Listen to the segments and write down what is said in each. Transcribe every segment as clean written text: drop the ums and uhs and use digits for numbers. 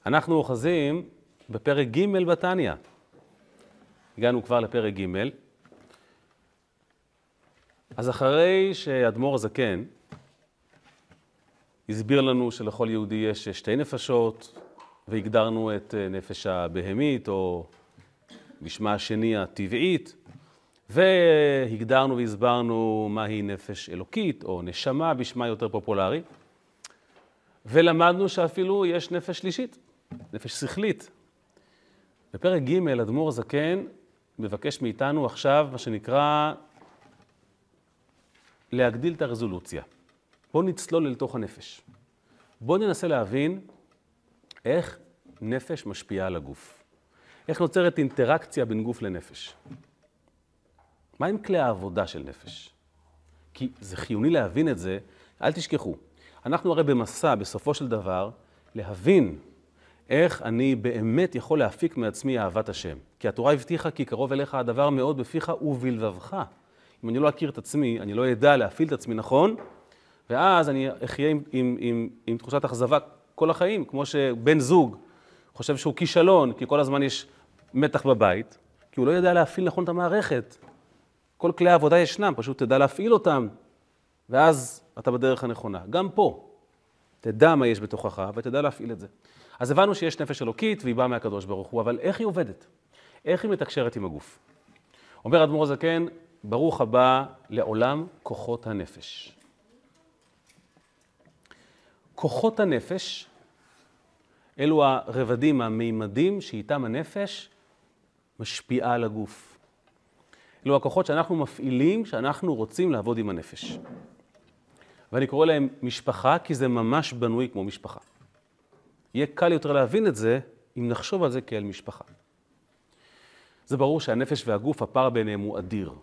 אנחנו אוחזים בפרק ג' בתניא. הגענו כבר לפרק ג'. אז אחרי שאדמו"ר הזקן הסביר לנו שלכל יהודי יש שתי נפשות, והגדרנו את נפש הבהמית, או בשמה השני הטבעית, והגדרנו והסברנו מהי נפש אלוקית, או נשמה בשמה יותר פופולרי, ולמדנו שאפילו יש נפש שלישית, נפש שכלית. בפרק ג' אדמו"ר הזקן מבקש מאיתנו עכשיו מה שנקרא להגדיל את הרזולוציה. בואו נצלול לתוך הנפש. בואו ננסה להבין איך נפש משפיעה על הגוף. איך נוצרת אינטראקציה בין גוף לנפש. מה עם כלי העבודה של נפש? כי זה חיוני להבין את זה, אל תשכחו. אנחנו הרי במסע, בסופו של דבר, להבין איך אני באמת יכול להפיק מעצמי אהבת השם. כי התורה הבטיחה כי קרוב אליך הדבר מאוד בפיך ובלבבך. אם אני לא אכיר את עצמי, אני לא ידע להפעיל את עצמי נכון, ואז אני אחיה עם תחושת אכזבה כל החיים, כמו שבן זוג חושב שהוא כישלון, כי כל הזמן יש מתח בבית, כי הוא לא ידע להפעיל נכון את המערכת. כל כלי העבודה ישנם, פשוט תדע להפעיל אותם, ואז אתה בדרך הנכונה. גם פה, תדע מה יש בתוכך, ותדע להפעיל את זה. אז הבנו שיש נפש אלוקית, והיא באה מהקדוש ברוך הוא, אבל איך היא עובדת? איך היא מתקשרת עם הגוף? אומר אדמו"ר הזקן, ברוך הבא לעולם כוחות הנפש. כוחות הנפש, אלו הרבדים, המימדים, שאיתם הנפש משפיעה על הגוף. אלו הכוחות שאנחנו מפעילים, שאנחנו רוצים לעבוד עם הנפש. ואני קורא להם משפחה, כי זה ממש בנוי כמו משפחה. יהיה קל יותר להבין את זה, אם נחשוב על זה כאל משפחה. זה ברור שהנפש והגוף, הפער ביניהם הוא אדיר.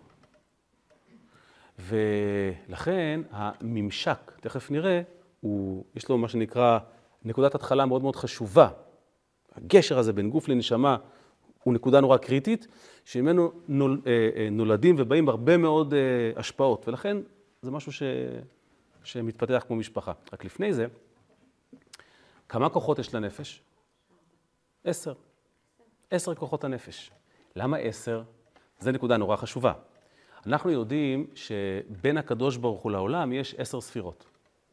ולכן הממשק, תכף נראה, יש לו מה שנקרא נקודת התחלה מאוד מאוד חשובה. הגשר הזה בין גוף לנשמה הוא נקודה נורא קריטית, שממנו נולדים ובאים הרבה מאוד השפעות, ולכן זה משהו שמתפתח כמו משפחה. רק לפני זה, כמה כוחות יש לנפש? 10. 10 כוחות הנפש. למה 10? זו נקודה נורא חשובה. אנחנו יודעים שבין הקדוש ברוך הוא לעולם יש 10 ספירות.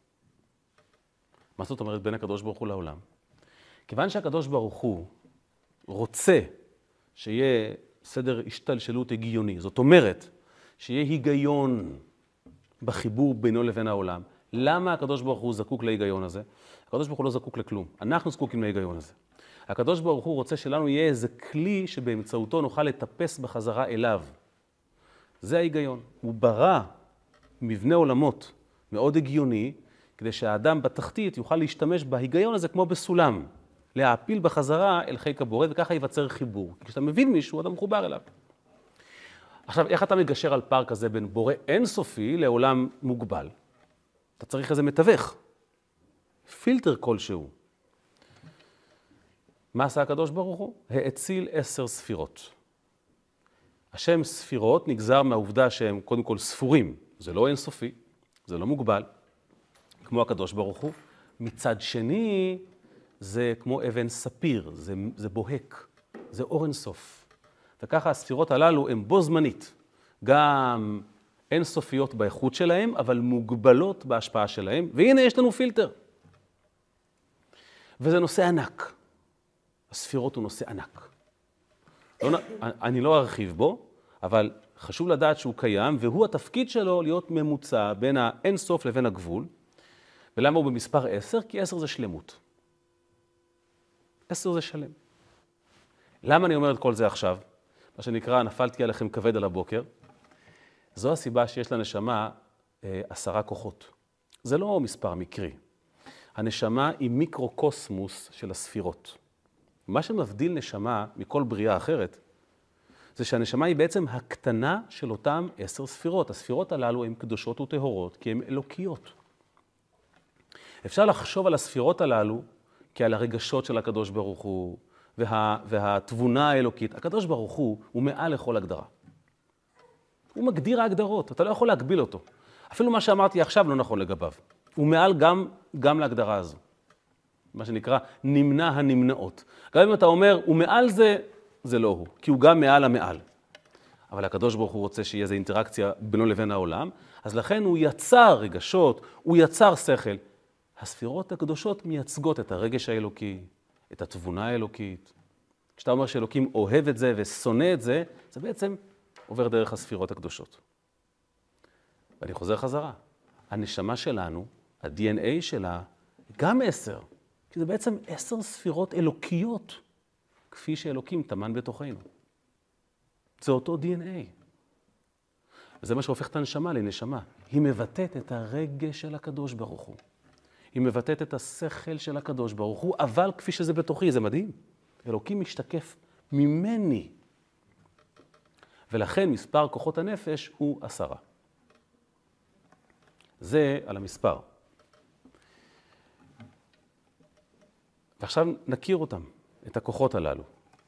מה זאת אומרת בין הקדוש ברוך הוא לעולם? כיוון שהקדוש ברוך הוא רוצה שיהיה סדר השתלשלות הגיוני, זאת אומרת שיהיה היגיון בחיבור בינו לבין העולם. למה הקדוש ברוך הוא זקוק להיגיון הזה? הקדוש ברוך הוא לא זקוק לכלום. אנחנו זקוקים להיגיון הזה. הקדוש ברוך הוא רוצה שלנו יהיה איזה כלי שבאמצעותו נוכל לטפס בחזרה אליו. זה ההיגיון. הוא ברא מבנה עולמות מאוד הגיוני, כדי שהאדם בתחתית יוכל להשתמש בהיגיון הזה כמו בסולם, להעפיל בחזרה אל חיק הבורא, וככה ייווצר חיבור. כשאתה מבין מישהו, אתה מחובר אליו. עכשיו, איך אתה מגשר על פער כזה בין בורא אינסופי לעולם מוגבל? אתה צריך איזה מתווך, פילטר כלשהו. מה עשה הקדוש ברוך הוא? האציל 10 ספירות. השם ספירות נגזר מהעובדה שהם קודם כל ספורים. זה לא אינסופי, זה לא מוגבל, כמו הקדוש ברוך הוא. מצד שני, זה כמו אבן ספיר, זה בוהק, זה אור אינסוף. וככה הספירות הללו הן בו זמנית, גם אינסופיות באיכות שלהם, אבל מוגבלות בהשפעה שלהם. והנה יש לנו פילטר. וזה נושא ענק. הספירות הוא נושא ענק. אני לא ארחיב בו, אבל חשוב לדעת שהוא קיים, והוא התפקיד שלו להיות ממוצע בין האינסוף לבין הגבול. ולמה הוא במספר 10? כי 10 זה שלמות. 10 זה שלם. למה אני אומר את כל זה עכשיו? מה שנקרא, נפלתי עליכם כבד על הבוקר. זו הסיבה שיש לנשמה 10 כוחות. זה לא מספר מקרי. הנשמה היא מיקרוקוסמוס של הספירות. מה שמבדיל נשמה מכל בריאה אחרת, זה שהנשמה היא בעצם הקטנה של אותם 10 ספירות. הספירות הללו הן קדושות וטהורות, כי הן אלוקיות. אפשר לחשוב על הספירות הללו כעל הרגשות של הקדוש ברוך הוא, והתבונה האלוקית. הקדוש ברוך הוא מעל לכל הגדרה. הוא מגדיר ההגדרות, אתה לא יכול להגביל אותו. אפילו מה שאמרתי עכשיו לא נכון לגביו. הוא מעל גם להגדרה הזו. מה שנקרא נמנע הנמנעות. גם אם אתה אומר, הוא מעל זה, זה לא הוא, כי הוא גם מעל המעל. אבל הקדוש ברוך הוא רוצה שיהיה איזו אינטראקציה בינו לבין העולם, אז לכן הוא יצר רגשות, הוא יצר שכל. הספירות הקדושות מייצגות את הרגש האלוקי, את התבונה האלוקית. כשאתה אומר שאלוקים אוהב את זה ושונא את זה, זה בעצם עובר דרך הספירות הקדושות. ואני חוזר חזרה. הנשמה שלנו, ה-DNA שלה, גם 10, כי זה בעצם 10 ספירות אלוקיות, כפי שאלוקים טמן בתוכנו. זה אותו DNA. וזה מה שהופך את הנשמה לנשמה. היא מבטאת את הרגש של הקדוש ברוך הוא. היא מבטאת את השכל של הקדוש ברוך הוא, אבל כפי שזה בתוכי, זה מדהים. אלוקים משתקף ממני. ולכן מספר כוחות הנפש הוא 10. זה על המספר. ועכשיו נכיר אותם, את הכוחות הללו.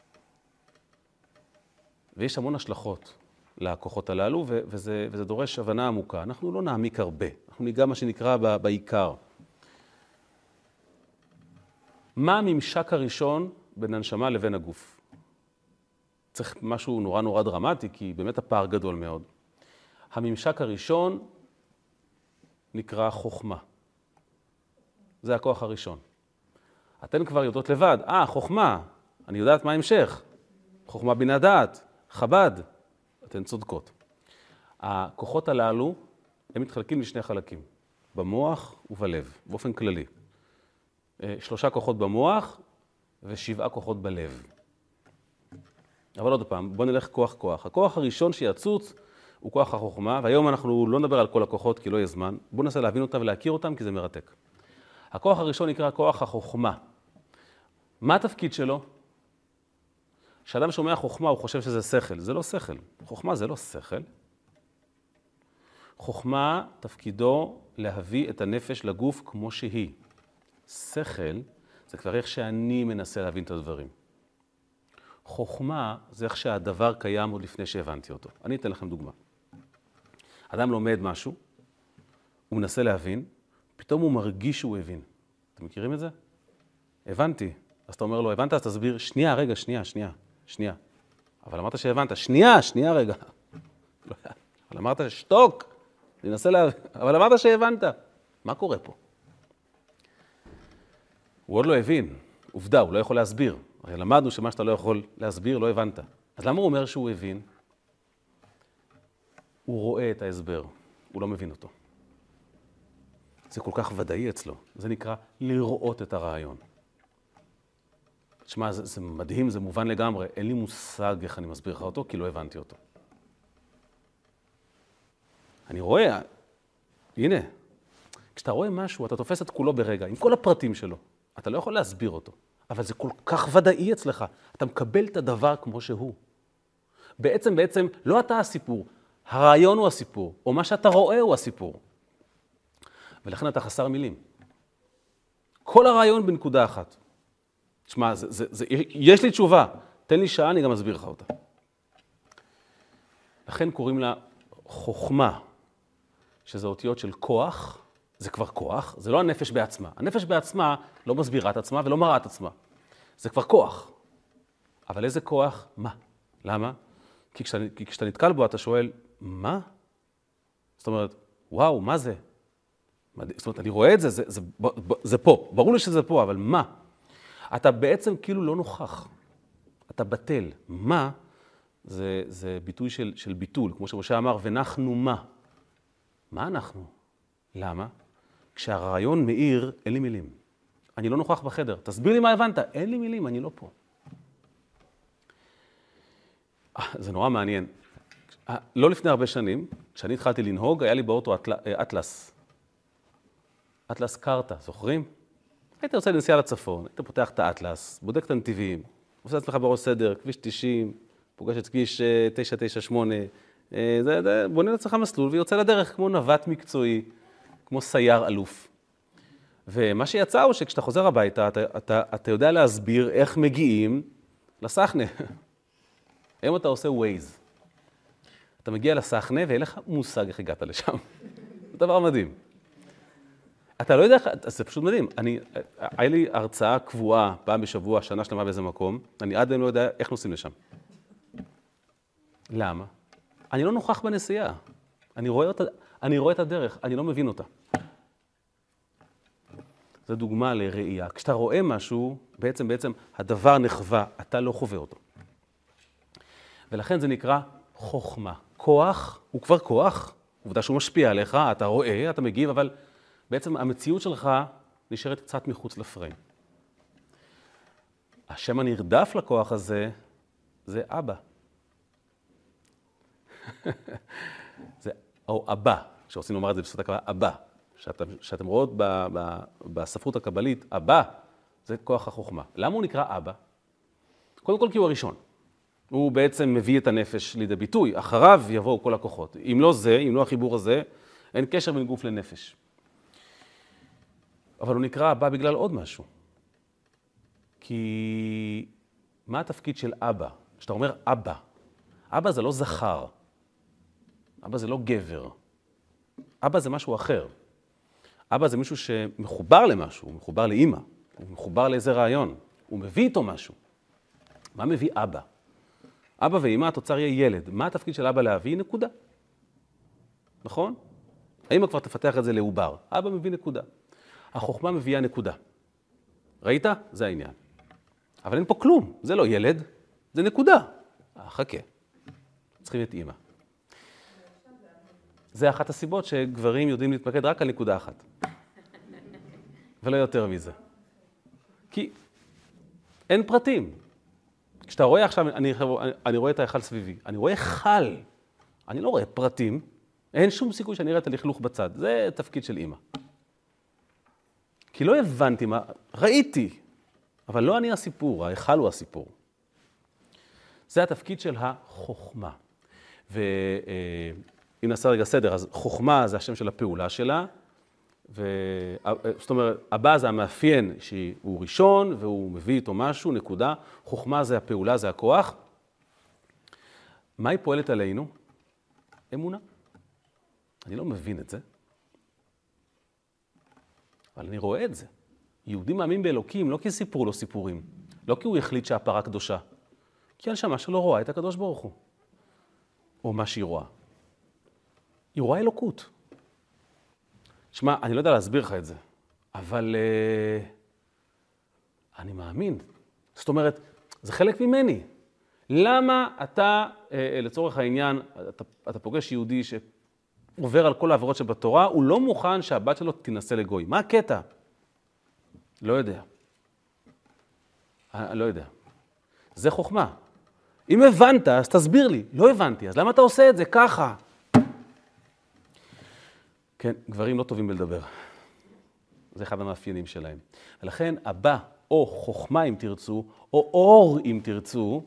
ויש המון השלכות לכוחות הללו, וזה דורש הבנה עמוקה. אנחנו לא נעמיק הרבה, אנחנו ניגע מה שנקרא בעיקר. מה הממשק הראשון בין הנשמה לבין הגוף? צריך משהו נורא נורא דרמטי, כי באמת הפער גדול מאוד. הממשק הראשון נקרא חוכמה. זה הכוח הראשון. אתן כבר יודעות לבד, חוכמה, אני יודעת מה ההמשך. חוכמה בינה דעת, חב"ד, אתן צודקות. הכוחות הללו, הם מתחלקים לשני חלקים, במוח ובלב, באופן כללי. 3 כוחות במוח ו7 כוחות בלב. אבל עוד פעם, בוא נלך כוח. הכוח הראשון שיצוץ הוא כוח החוכמה, והיום אנחנו לא נדבר על כל הכוחות כי לא יהיה זמן. בוא ננסה להבין אותם ולהכיר אותם כי זה מרתק. הכוח הראשון נקרא כוח החוכמה. מה התפקיד שלו? כשאדם שומע חוכמה הוא חושב שזה שכל. זה לא שכל. חוכמה זה לא שכל. חוכמה תפקידו להביא את הנפש לגוף כמו שהיא. שכל זה כבר איך שאני מנסה להבין את הדברים. חוכמה זה איך שהדבר קיים עוד לפני שהבנתי אותו. אני אתן לכם דוגמה. אדם לומד משהו, הוא מנסה להבין, פתאום הוא מרגיש שהוא הבין. אתם מכירים את זה? הבנתי. אז אתה אומר לו, הבנת? אז תסביר, שנייה, רגע, שנייה. אבל אמרת שהבנת, שנייה, רגע. אבל אמרת, שתוק, אני אנסה להבין, אבל אמרת שהבנת. מה קורה פה? הוא עוד לא הבין, עובדה, הוא לא יכול להסביר. הרי למדנו שמה שאתה לא יכול להסביר, לא הבנת. אז למה הוא אומר שהוא הבין? הוא רואה את ההסבר, הוא לא מבין אותו. זה כל כך ודאי אצלו, זה נקרא לראות את הרעיון. תשמע, זה מדהים, זה מובן לגמרי, אין לי מושג איך אני מסביר לך אותו, כי לא הבנתי אותו. אני רואה, הנה, כשאתה רואה משהו, אתה תופס את כולו ברגע, עם כל הפרטים שלו. אתה לא יכול להסביר אותו, אבל זה כל כך ודאי אצלך. אתה מקבל את הדבר כמו שהוא. בעצם, לא אתה הסיפור, הרעיון הוא הסיפור, או מה שאתה רואה הוא הסיפור. ולכן אתה חסר מילים. כל הרעיון בנקודה אחת. תשמע, יש לי תשובה, תן לי שעה, אני גם אסביר לך אותה. לכן קוראים לה חוכמה, שזה אותיות של כוח, זה כבר כוח, זה לא הנפש בעצמה. הנפש בעצמה לא מסבירה את עצמה ולא מראה את עצמה. זה כבר כוח. אבל איזה כוח? מה? למה? כי כשאתה נתקל בו, אתה שואל, מה? זאת אומרת, וואו, מה זה? זאת אומרת, אני רואה את זה, זה פה. ברור לי שזה פה, אבל מה? אתה בעצם כאילו לא נוכח. אתה בטל. מה? זה ביטוי של ביטול. כמו שמשה אמר, ונחנו מה? מה אנחנו? למה? כשהרעיון מאיר, אין לי מילים. אני לא נוכח בחדר. תסביר לי מה הבנת. אין לי מילים, אני לא פה. זה נורא מעניין. לא לפני הרבה שנים, כשאני התחלתי לנהוג, היה לי באוטו אטלס. אטלס קרטה, זוכרים? היית רוצה לנסיעה לצפון, היית פותח את האטלס, בודק את הנתיבים, עושה עצמך בראש סדר, כביש 90, פוגש את כביש 998, בונה לעצמך מסלול ויוצא לדרך כמו נווט מקצועי, כמו סייר אלוף. ומה שיצא הוא שכשאתה חוזר הביתה, אתה יודע להסביר איך מגיעים לסחנה. היום אתה עושה ווייז. אתה מגיע לסחנה ואין לך מושג איך הגעת לשם. זה דבר מדהים. אתה לא יודע, זה פשוט מדהים. היה לי הרצאה קבועה פעם בשבוע, שנה שלמה באיזה מקום, אני עד היום לא יודע איך נוסעים לשם. למה? אני לא נוכח בנסיעה. אני רואה את הדרך, אני לא מבין אותה. זו דוגמה לראייה. כשאתה רואה משהו, בעצם הדבר נחווה, אתה לא חווה אותו. ולכן זה נקרא חוכמה. כוח הוא כבר כוח, עובדה שהוא משפיע עליך, אתה רואה, אתה מגיב, אבל בעצם המציאות שלך נשארת קצת מחוץ לפריים. השם הנרדף לכוח הזה, זה אבא. או אבא, כשרוצים לומר את זה בשפת הקבלה, אבא. שאתם רואות בספרות הקבלית, אבא, זה כוח החוכמה. למה הוא נקרא אבא? קודם כל כי הוא הראשון. הוא בעצם מביא את הנפש לידי ביטוי, אחריו יבואו כל הכוחות. אם לא זה, אם לא החיבור הזה, אין קשר בין גוף לנפש. אבל הוא נקרא אבא בגלל עוד משהו. כי מה התפקיד של אבא? כשאתה אומר אבא, אבא זה לא זכר. אבא זה לא גבר. אבא זה משהו אחר. אבא זה מישהו שמחובר למשהו, הוא מחובר לאמא, הוא מחובר לאיזה רעיון, הוא מביא איתו משהו. מה מביא אבא? אבא ואמא, התוצר יהיה ילד. מה התפקיד של אבא להביא? נקודה. נכון? האמא כבר תפתח את זה לעובר. אבא מביא נקודה. החוכמה מביאה נקודה. ראית? זה העניין. אבל אין פה כלום. זה לא ילד, זה נקודה. חכה. צריכים את אמא. זה אחת הסיבות שגברים יודעים להתמקד רק על נקודה אחת. ולא יותר מזה. כי אין פרטים. כשאתה רואה עכשיו, אני רואה את ההיכל סביבי, אני רואה חל, אני לא רואה פרטים, אין שום סיכוי שאני אראה את הלכלוך בצד. זה תפקיד של אמא. כי לא הבנתי מה, ראיתי, אבל לא אני הסיפור, ההיכל הוא הסיפור. זה התפקיד של החוכמה. ואם נעשה רגע סדר, אז חוכמה זה השם של הפעולה שלה, זאת אומרת, הבא זה המאפיין שהוא ראשון והוא מביא איתו משהו, נקודה. חוכמה זה הפעולה, זה הכוח. מה היא פועלת עלינו? אמונה. אני לא מבין את זה, אבל אני רואה את זה. יהודי מאמין באלוקים לא כי סיפרו לו סיפורים, לא כי הוא החליט שהפרה קדושה, כי הנשמה שלו רואה את הקדוש ברוך הוא, או מה שהיא רואה. היא רואה אלוקות. שמע, אני לא יודע להסביר לך את זה, אבל אני מאמין. זאת אומרת, זה חלק ממני. למה אתה, לצורך העניין, אתה פוגש יהודי שעובר על כל העבירות שבתורה, הוא לא מוכן שהבת שלו תנסה לגוי. מה הקטע? לא יודע. לא יודע. זה חוכמה. אם הבנת, אז תסביר לי. לא הבנתי, אז למה אתה עושה את זה ככה? כן, גברים לא טובים בלדבר. זה אחד המאפיינים שלהם. ולכן הבא, או חוכמה אם תרצו, או אור אם תרצו,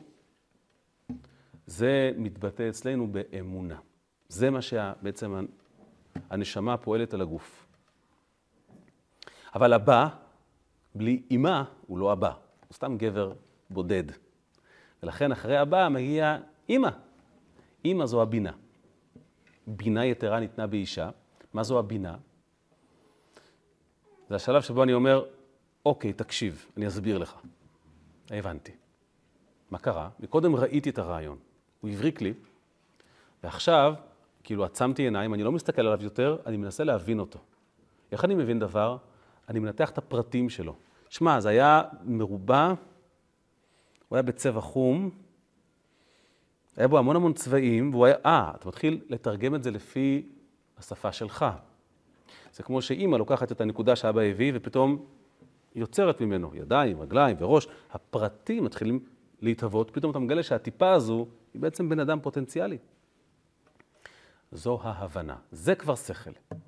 זה מתבטא אצלנו באמונה. זה מה שבעצם הנשמה פועלת על הגוף. אבל הבא, בלי אמא, הוא לא הבא. הוא סתם גבר בודד. ולכן אחרי הבא מגיע אמא. אמא זו הבינה. בינה יתרה ניתנה באישה. מה זו הבינה? זה השלב שבו אני אומר, אוקיי, תקשיב, אני אסביר לך. הבנתי. מה קרה? מקודם ראיתי את הרעיון. הוא הבריק לי, ועכשיו, כאילו עצמתי עיניים, אני לא מסתכל עליו יותר, אני מנסה להבין אותו. איך אני מבין דבר? אני מנתח את הפרטים שלו. שמע, זה היה מרובע, הוא היה בצבע חום, היה בו המון צבעים, והוא היה, אתה מתחיל לתרגם את זה לפי השפה שלך. זה כמו שאמא לוקחת את הנקודה שאבא הביא, ופתאום יוצרת ממנו ידיים, רגליים וראש. הפרטים מתחילים להתהוות, פתאום אתה מגלה שהטיפה הזו היא בעצם בן אדם פוטנציאלי. זו ההבנה. זה כבר שכל.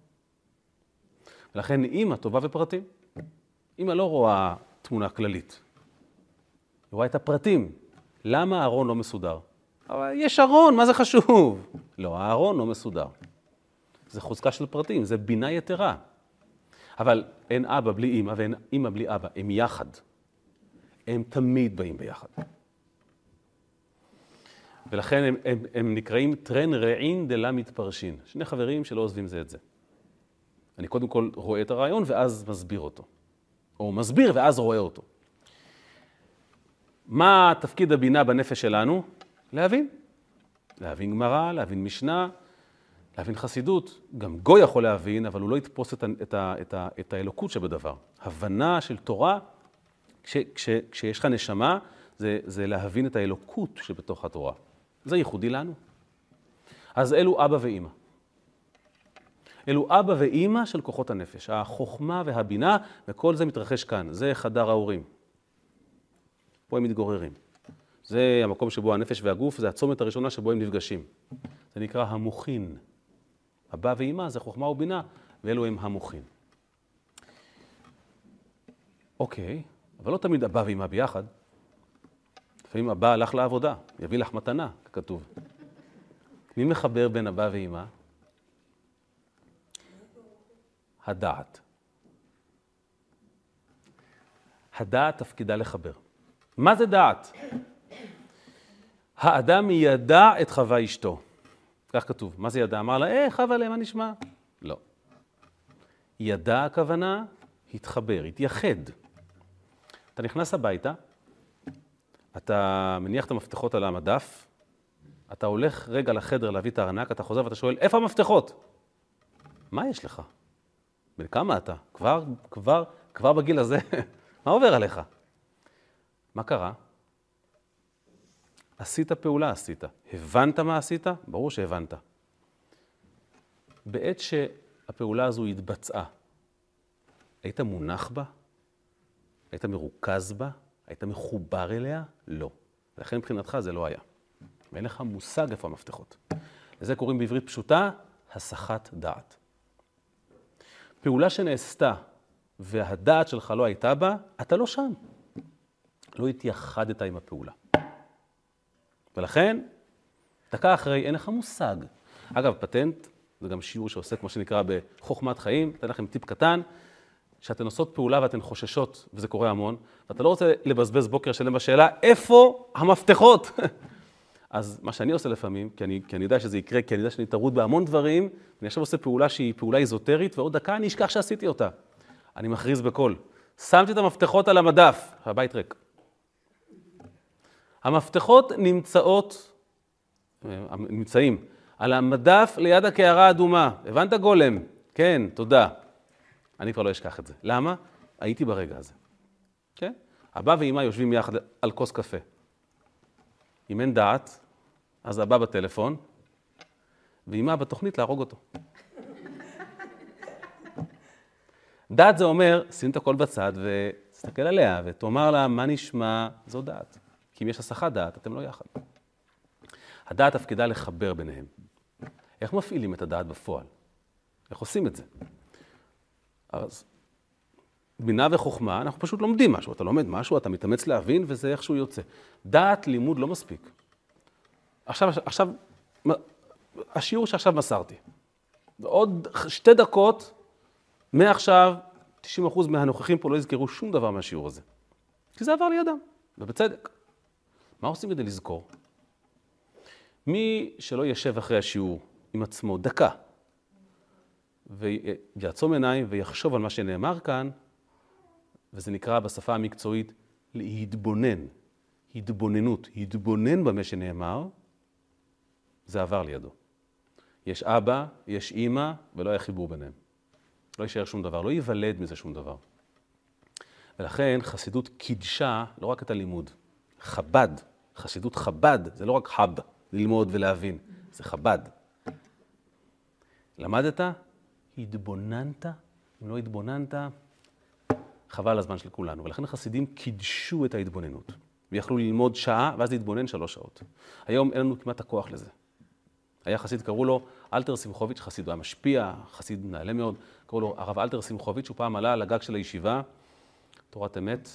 ולכן אמא טובה ופרטים. אמא לא רואה תמונה כללית. היא רואה את הפרטים. למה הארון לא מסודר? אבל יש ארון, מה זה חשוב? לא, הארון לא מסודר. זה חוזקה של פרטים, זה בינה יתרה. אבל אין אבא בלי אמא ואין אמא בלי אבא, הם יחד. הם תמיד באים ביחד. ולכן הם נקראים טרן רעין דלה מתפרשין. שני חברים שלא עוזבים זה את זה. אני קודם כל רואה את הרעיון ואז מסביר אותו. או מסביר ואז רואה אותו. מה תפקיד הבינה בנפש שלנו? להבין. להבין גמרא, להבין משנה, להבין חסידות. גם גוי יכול להבין, אבל הוא לא יתפוס את האלוקות שבדבר. הבנה של תורה, כשיש לך נשמה, זה להבין את האלוקות שבתוך התורה. זה ייחודי לנו. אז אלו אבא ואמא. אלו אבא ואמא של כוחות הנפש. החוכמה והבינה, וכל זה מתרחש כאן. זה חדר ההורים. פה הם מתגוררים. זה המקום שבו הנפש והגוף, זה הצומת הראשונה שבו הם נפגשים. זה נקרא המוחין. אבא ואמא זה חוכמה ובינה, ואלו הם המוחין. אוקיי, אבל לא תמיד אבא ואמא ביחד. לפעמים אבא הלך לעבודה, יביא לך מתנה, כתוב. מי מחבר בין אבא ואמא? הדעת. הדעת תפקידה לחבר. מה זה דעת? האדם ידע את חווה אשתו. כך כתוב. מה זה ידע? אמר לה, חווה, מה נשמע? לא. ידע הכוונה, התחבר, התייחד. אתה נכנס הביתה, אתה מניח את המפתחות על המדף, אתה הולך רגע לחדר להביא את הארנק, אתה חוזר ואתה שואל, איפה המפתחות? מה יש לך? בן כמה אתה? כבר בגיל הזה, מה עובר עליך? מה קרה? עשית פעולה, עשית. הבנת מה עשית? ברור שהבנת. בעת שהפעולה הזו התבצעה, היית מונח בה? היית מרוכז בה? היית מחובר אליה? לא. ולכן מבחינתך זה לא היה. ואין לך מושג איפה המפתחות. לזה קוראים בעברית פשוטה, הסחת דעת. פעולה שנעשתה והדעת שלך לא הייתה בה, אתה לא שם. לא התייחדת עם הפעולה. ולכן, דקה אחרי, אין לך מושג. אגב, פטנט, זה גם שיעור שעושה כמו שנקרא בחוכמת חיים, אתן לכם טיפ קטן, שאתן עושות פעולה ואתן חוששות, וזה קורה המון, ואתה לא רוצה לבזבז בוקר שלם בשאלה, איפה המפתחות? אז מה שאני עושה לפעמים, כי אני יודע שזה יקרה, כי אני יודע שאני טרוד בהמון דברים, אני עכשיו עושה פעולה שהיא פעולה איזוטרית, ועוד דקה אני אשכח שעשיתי אותה. אני מכריז בקול. שמתי את המפתחות על המדף, הבית ריק. המפתחות נמצאים על המדף ליד הקערה האדומה. הבנת גולם? כן, תודה. אני כבר לא אשכח את זה. למה? הייתי ברגע הזה. כן? אבא ואמא יושבים יחד על כוס קפה. אם אין דעת, אז אבא בטלפון, ואמא בתוכנית להרוג אותו. דעת זה אומר, שים את הכל בצד ותסתכל עליה ותאמר לה מה נשמע, זו דעת. כי אם יש הסחת דעת, אתם לא יחד. הדעת תפקידה לחבר ביניהם. איך מפעילים את הדעת בפועל? איך עושים את זה? אז בינה וחוכמה, אנחנו פשוט לומדים משהו. אתה לומד משהו, אתה מתאמץ להבין, וזה איכשהו יוצא. דעת לימוד לא מספיק. עכשיו, השיעור שעכשיו מסרתי. עוד 2 דקות, מעכשיו, 90% מהנוכחים פה לא יזכרו שום דבר מהשיעור הזה. כי זה עבר לידם, ובצדק. מה עושים כדי לזכור? מי שלא ישב אחרי השיעור עם עצמו דקה, ויעצום עיניים ויחשוב על מה שנאמר כאן, וזה נקרא בשפה המקצועית להתבונן, התבוננות, התבונן במה שנאמר, זה עבר לידו. יש אבא, יש אמא, ולא היה חיבור ביניהם. לא יישאר שום דבר, לא ייוולד מזה שום דבר. ולכן חסידות קידשה לא רק את הלימוד. חב"ד, חסידות חב"ד, זה לא רק חב, ללמוד ולהבין, זה חב"ד. למדת? התבוננת? אם לא התבוננת, חבל הזמן של כולנו. ולכן החסידים קידשו את ההתבוננות. ויכלו ללמוד שעה, ואז להתבונן 3 שעות. היום אין לנו כמעט הכוח לזה. היה חסיד, קראו לו אלתר שמחוביץ', חסיד, הוא היה משפיע, חסיד נעלה מאוד, קראו לו הרב אלתר שמחוביץ', הוא פעם עלה על הגג של הישיבה, תורת אמת,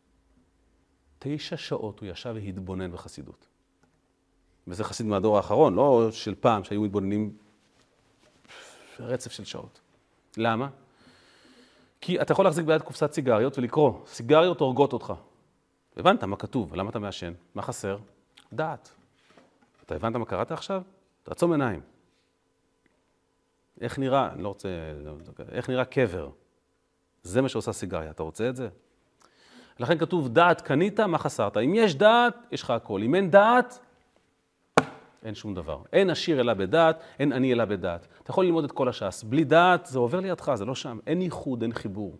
9 שעות הוא ישב והתבונן בחסידות. וזה חסיד מהדור האחרון, לא של פעם שהיו מתבוננים רצף של שעות. למה? כי אתה יכול להחזיק ביד קופסת סיגריות ולקרוא, סיגריות הורגות אותך. הבנת מה כתוב, למה אתה מעשן? מה חסר? דעת. אתה הבנת מה קראת עכשיו? תעצום עיניים. איך נראה, אני לא רוצה, איך נראה קבר? זה מה שעושה סיגריה, אתה רוצה את זה? לכן כתוב, דעת קנית, מה חסרת? אם יש דעת, יש לך הכל. אם אין דעת, אין שום דבר. אין עשיר אלא בדעת, אין עני אלא בדעת. אתה יכול ללמוד את כל הש"ס. בלי דעת, זה עובר לידך, זה לא שם. אין ייחוד, אין חיבור.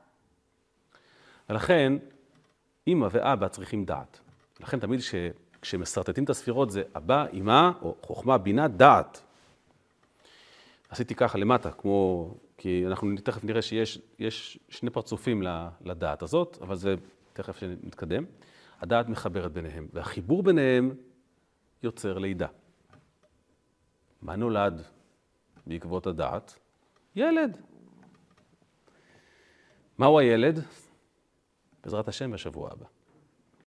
ולכן, אמא ואבא צריכים דעת. לכן תמיד כשמסרטטים את הספירות זה אבא, אמא, או חוכמה, בינה, דעת. עשיתי ככה למטה, כי אנחנו תכף נראה שיש שני פרצופים לדעת הזאת, אבל זה תכף שנתקדם. הדעת מחברת ביניהם, והחיבור ביניהם יוצר לידה. מה נולד בעקבות הדעת? ילד. מהו הילד? בעזרת השם בשבוע הבא.